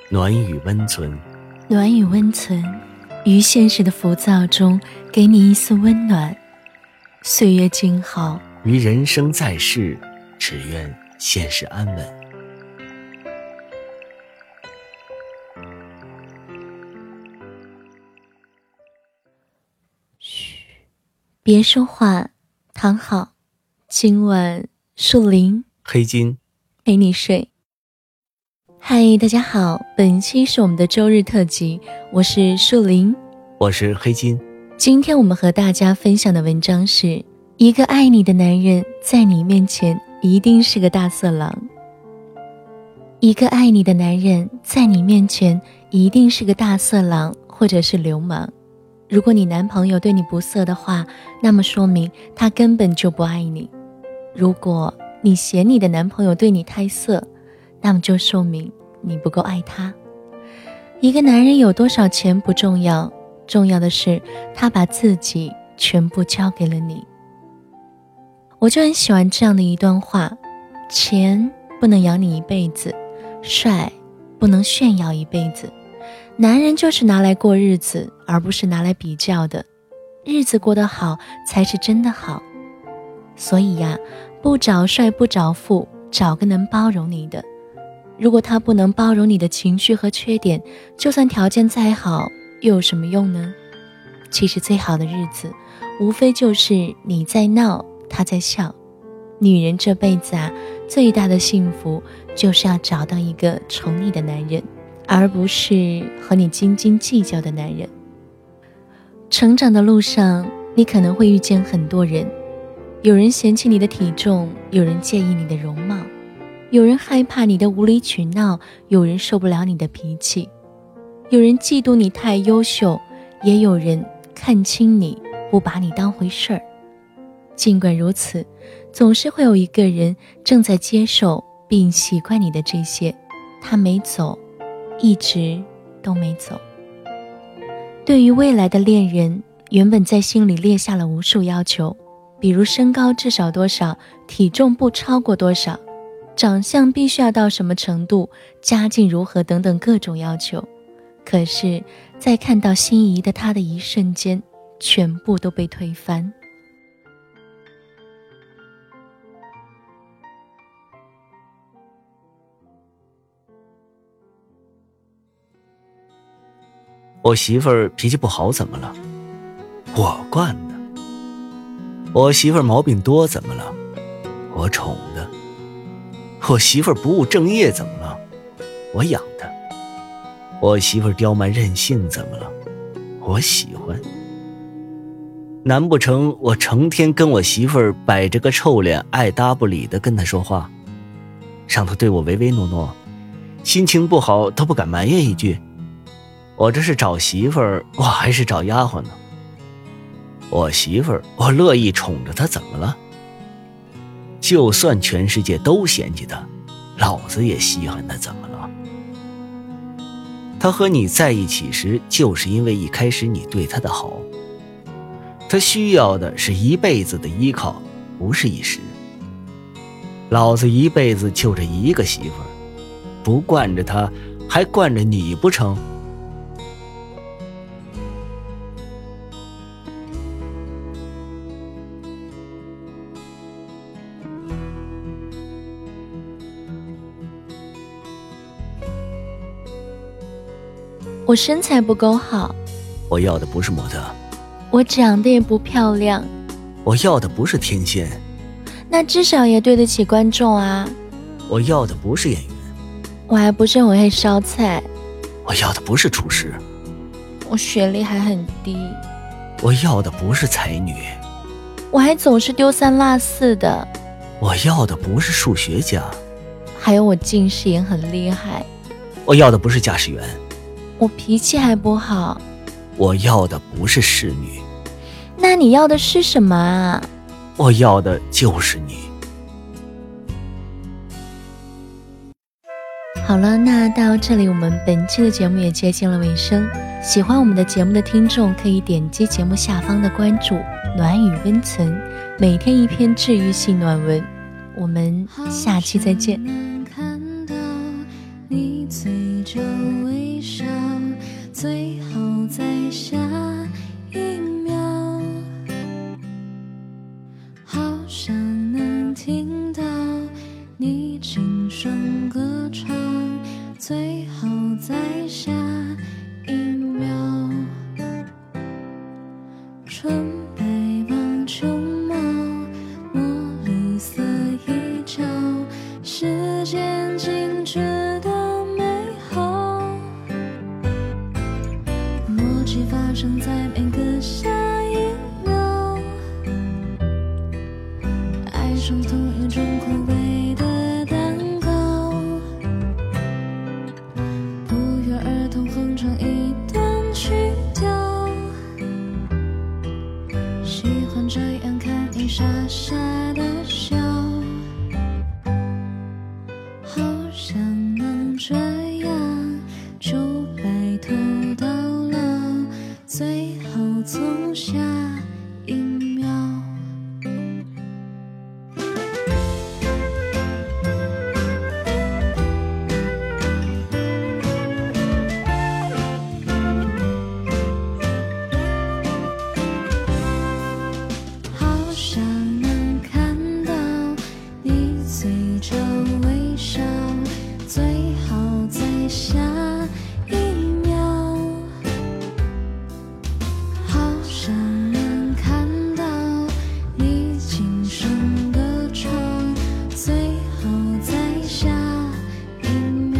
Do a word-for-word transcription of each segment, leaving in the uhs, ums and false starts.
暖与温存， 暖与温存，于现实的浮躁中给你一丝温暖。岁月静好， 于人生在世，只愿现实安稳。 嘘，别说话，躺好。今晚树林黑金陪你睡。嗨，大家好，本期是我们的周日特辑，我是树林， 我是黑金。 今天我们和大家分享的文章是：一个爱你的男人在你面前一定是个大色狼。一个爱你的男人在你面前一定是个大色狼或者是流氓。如果你男朋友对你不色的话，那么说明他根本就不爱你。如果你嫌你的男朋友对你太色，那么就说明你不够爱他。一个男人有多少钱不重要，重要的是他把自己全部交给了你。我就很喜欢这样的一段话：钱不能养你一辈子，帅不能炫耀一辈子。男人就是拿来过日子，而不是拿来比较的。日子过得好才是真的好。所以呀，不找帅不找富，找个能包容你的。如果他不能包容你的情绪和缺点，就算条件再好，又有什么用呢？其实最好的日子无非就是你在闹，他在笑。女人这辈子啊，最大的幸福就是要找到一个宠你的男人，而不是和你斤斤计较的男人。成长的路上，你可能会遇见很多人，有人嫌弃你的体重，有人介意你的容貌，有人害怕你的无理取闹，有人受不了你的脾气，有人嫉妒你太优秀，也有人看轻你，不把你当回事儿。尽管如此，总是会有一个人正在接受并习惯你的这些，他没走，一直都没走。对于未来的恋人，原本在心里列下了无数要求，比如身高至少多少，体重不超过多少，长相必须要到什么程度，家境如何等等各种要求。可是在看到心仪的他的一瞬间，全部都被推翻。 我媳妇儿脾气不好怎么了？我惯的。我媳妇儿毛病多怎么了？我宠的。我媳妇儿不务正业怎么了？我养的。我媳妇儿刁蛮任性怎么了？我喜欢。难不成我成天跟我媳妇儿摆着个臭脸，爱搭不理的跟她说话，让她对我唯唯诺诺，心情不好都不敢埋怨一句？我这是找媳妇儿，我还是找丫鬟呢？我媳妇儿，我乐意宠着她怎么了？就算全世界都嫌弃她，老子也稀罕她怎么了？她和你在一起时，就是因为一开始你对她的好。她需要的是一辈子的依靠，不是一时。老子一辈子就这一个媳妇儿，不惯着她，还惯着你不成？ 我身材不够好， 我要的不是模特。 我长得也不漂亮， 我要的不是天仙。 那至少也对得起观众啊。 我要的不是演员， 我还不是很会烧菜。 我要的不是厨师， 我学历还很低。 我要的不是才女， 我还总是丢三落四的。 我要的不是数学家， 还有我近视眼很厉害。 我要的不是驾驶员， 我脾气还不好。 我要的不是侍女。 那你要的是什么啊？ 我要的就是你。 好了，那到这里我们本期的节目也接近了尾声。喜欢我们的节目的听众可以点击节目下方的关注暖与温存，每天一篇治愈系暖文。我们下期再见。 看到你最终好想能听到你轻声歌唱，最后在下一秒。纯白棒球帽，墨绿色衣角，时间静止的美好，默契发生在每个下一秒，爱上同一种口味的蛋糕，不约而同哼唱一段曲调，喜欢这样看你傻傻的笑，好想能这样就白头到老，最后从下一秒。好想能看到你嘴角微笑，最好在下一秒。好想能看到你轻声歌唱，最后在下一秒。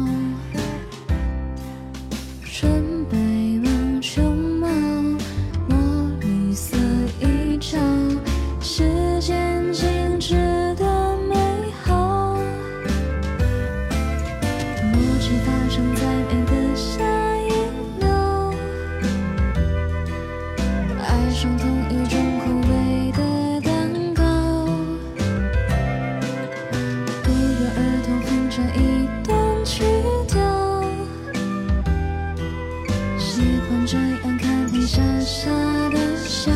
纯白棒球帽，墨绿色衣角，时间静止的美好，默契发生在每个下一秒，爱上同一种口味的蛋糕，不约而同哼着一段曲调，喜欢这样看你傻傻的笑，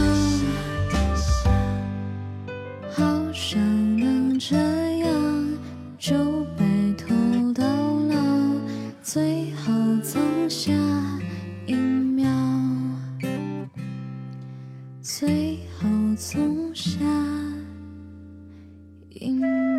好想能这样就白头到老，最后从下一秒，最后从下一秒。